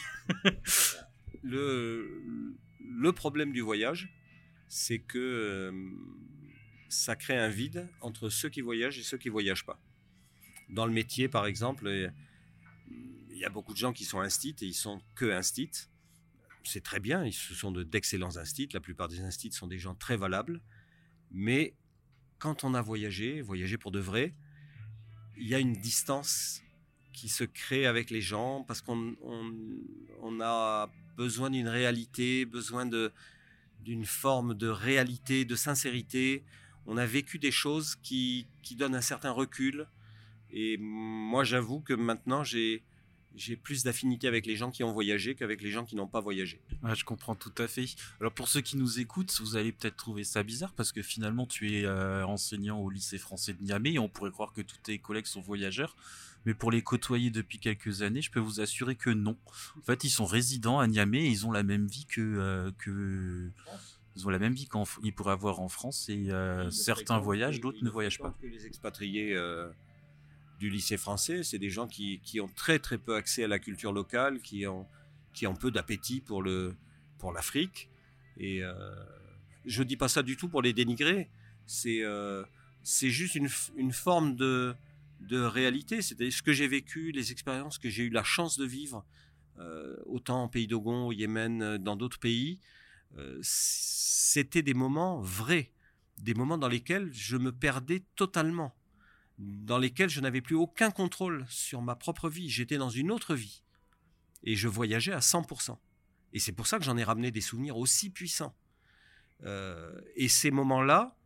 le, le problème du voyage, c'est que euh, ça crée un vide entre ceux qui voyagent et ceux qui voyagent pas. Dans le métier, par exemple, il y a beaucoup de gens qui sont instits et ils sont que instits. C'est très bien, ils sont de, d'excellents instits. La plupart des instits sont des gens très valables. Mais quand on a voyagé, voyagé pour de vrai, il y a une distance qui se crée avec les gens parce qu'on on, on a besoin d'une réalité, besoin de, d'une forme de réalité, de sincérité. On a vécu des choses qui, qui donnent un certain recul. Et moi, j'avoue que maintenant, j'ai, j'ai plus d'affinité avec les gens qui ont voyagé qu'avec les gens qui n'ont pas voyagé. Ouais, je comprends tout à fait. Alors, pour ceux qui nous écoutent, vous allez peut-être trouver ça bizarre parce que finalement, tu es euh, enseignant au lycée français de Niamey et on pourrait croire que tous tes collègues sont voyageurs. Mais pour les côtoyer depuis quelques années, je peux vous assurer que non. En fait, ils sont résidents à Niamey et ils ont la même vie que... Euh, que... Ils ont la même vie qu'ils pourraient avoir en France et euh, certains voyagent, d'autres ne voyagent pas. Que les expatriés... Euh... du lycée français, c'est des gens qui, qui ont très très peu accès à la culture locale, qui ont, qui ont peu d'appétit pour, le, pour l'Afrique. Et euh, je ne dis pas ça du tout pour les dénigrer, c'est, euh, c'est juste une, une forme de, de réalité. C'est-à-dire ce que j'ai vécu, les expériences que j'ai eu la chance de vivre, euh, autant en Pays Dogon, au Yémen, dans d'autres pays, euh, c'était des moments vrais, des moments dans lesquels je me perdais totalement, dans lesquels je n'avais plus aucun contrôle sur ma propre vie. J'étais dans une autre vie. Et je voyageais à cent pour cent. Et c'est pour ça que j'en ai ramené des souvenirs aussi puissants. Euh, et ces moments-là,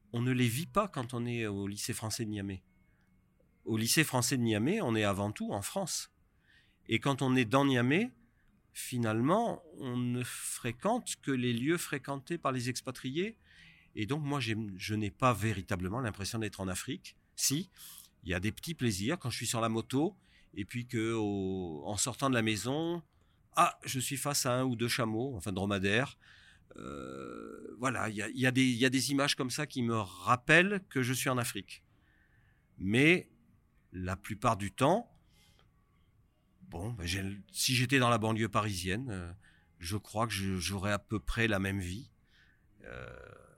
on ne les vit pas quand on est au lycée français de Niamey. Au lycée français de Niamey, on est avant tout en France. Et quand on est dans Niamey, finalement, on ne fréquente que les lieux fréquentés par les expatriés. Et donc, moi, j'ai, je n'ai pas véritablement l'impression d'être en Afrique. Si, il y a des petits plaisirs quand je suis sur la moto, et puis qu'en sortant de la maison, ah, je suis face à un ou deux chameaux, enfin dromadaires. Euh, voilà, il y a, y a des, y a des images comme ça qui me rappellent que je suis en Afrique. Mais la plupart du temps, bon, ben j'ai, si j'étais dans la banlieue parisienne, euh, je crois que je, j'aurais à peu près la même vie. Euh,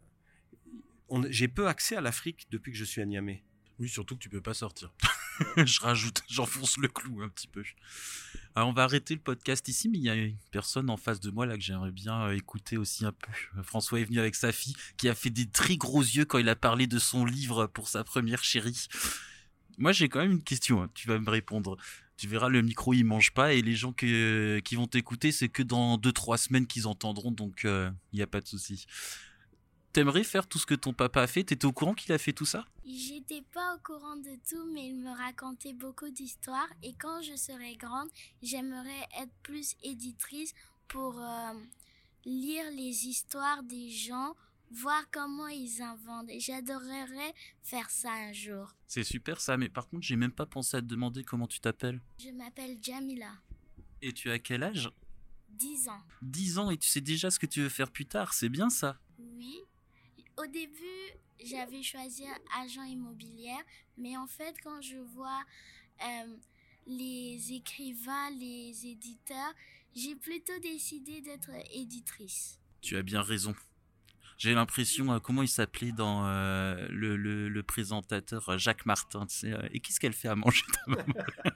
on, j'ai peu accès à l'Afrique depuis que je suis à Niamey. Oui, surtout que tu peux pas sortir. Je rajoute, j'enfonce le clou un petit peu. Alors, on va arrêter le podcast ici, mais il y a une personne en face de moi là que j'aimerais bien écouter aussi un peu. François est venu avec sa fille qui a fait des très gros yeux quand il a parlé de son livre pour sa première chérie. Moi, j'ai quand même une question, hein. Tu vas me répondre. Tu verras, le micro, il mange pas et les gens que, qui vont t'écouter, c'est que dans deux trois semaines qu'ils entendront, donc il euh, n'y a pas de souci. T'aimerais faire tout ce que ton papa a fait? T'étais au courant qu'il a fait tout ça? J'étais pas au courant de tout, mais il me racontait beaucoup d'histoires. Et quand je serai grande, j'aimerais être plus éditrice pour euh, lire les histoires des gens, voir comment ils inventent. J'adorerais faire ça un jour. C'est super ça, mais par contre, j'ai même pas pensé à te demander comment tu t'appelles. Je m'appelle Jamila. Et tu as quel âge? dix ans. dix ans et tu sais déjà ce que tu veux faire plus tard, c'est bien ça? Oui. Au début, j'avais choisi agent immobilier, mais en fait, quand je vois euh, les écrivains, les éditeurs, j'ai plutôt décidé d'être éditrice. Tu as bien raison. J'ai l'impression, euh, comment il s'appelait dans euh, le, le, le présentateur euh, Jacques Martin, tu sais, euh, et qu'est-ce qu'elle fait à manger ta maman?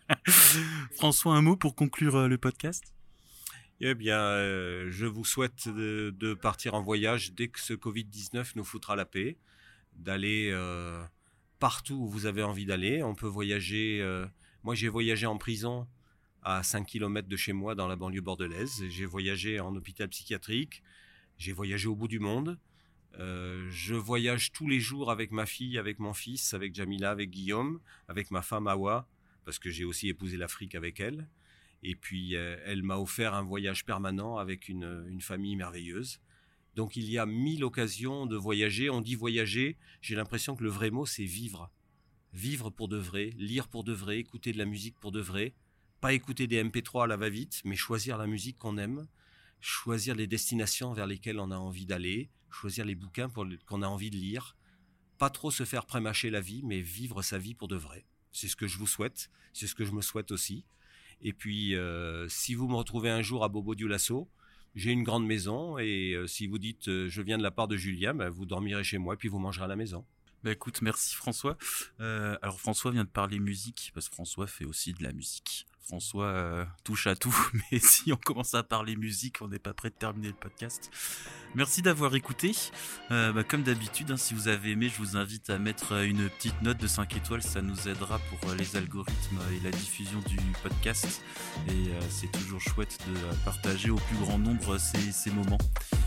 François, un mot pour conclure euh, le podcast? Eh bien, euh, je vous souhaite de, de partir en voyage dès que ce covid dix-neuf nous foutra la paix, d'aller euh, partout où vous avez envie d'aller. On peut voyager. Euh, moi, j'ai voyagé en prison à cinq kilomètres de chez moi dans la banlieue bordelaise. J'ai voyagé en hôpital psychiatrique. J'ai voyagé au bout du monde. Euh, je voyage tous les jours avec ma fille, avec mon fils, avec Jamila, avec Guillaume, avec ma femme Awa, parce que j'ai aussi épousé l'Afrique avec elle. Et puis, euh, elle m'a offert un voyage permanent avec une, une famille merveilleuse. Donc, il y a mille occasions de voyager. On dit voyager, j'ai l'impression que le vrai mot, c'est vivre. Vivre pour de vrai, lire pour de vrai, écouter de la musique pour de vrai. Pas écouter des M P trois à la va-vite, mais choisir la musique qu'on aime, choisir les destinations vers lesquelles on a envie d'aller, choisir les bouquins pour les, qu'on a envie de lire. Pas trop se faire prémâcher la vie, mais vivre sa vie pour de vrai. C'est ce que je vous souhaite, c'est ce que je me souhaite aussi. Et puis, euh, si vous me retrouvez un jour à Bobo-Dioulasso, j'ai une grande maison et euh, si vous dites euh, je viens de la part de Julien, ben, vous dormirez chez moi et puis vous mangerez à la maison. Bah écoute, merci François. Euh, alors François vient de parler musique, parce que François fait aussi de la musique. François euh, touche à tout, mais si on commence à parler musique, on n'est pas prêt de terminer le podcast. Merci d'avoir écouté. Euh, bah, comme d'habitude, hein, si vous avez aimé, je vous invite à mettre une petite note de cinq étoiles, ça nous aidera pour les algorithmes et la diffusion du podcast. Et euh, c'est toujours chouette de partager au plus grand nombre ces, ces moments.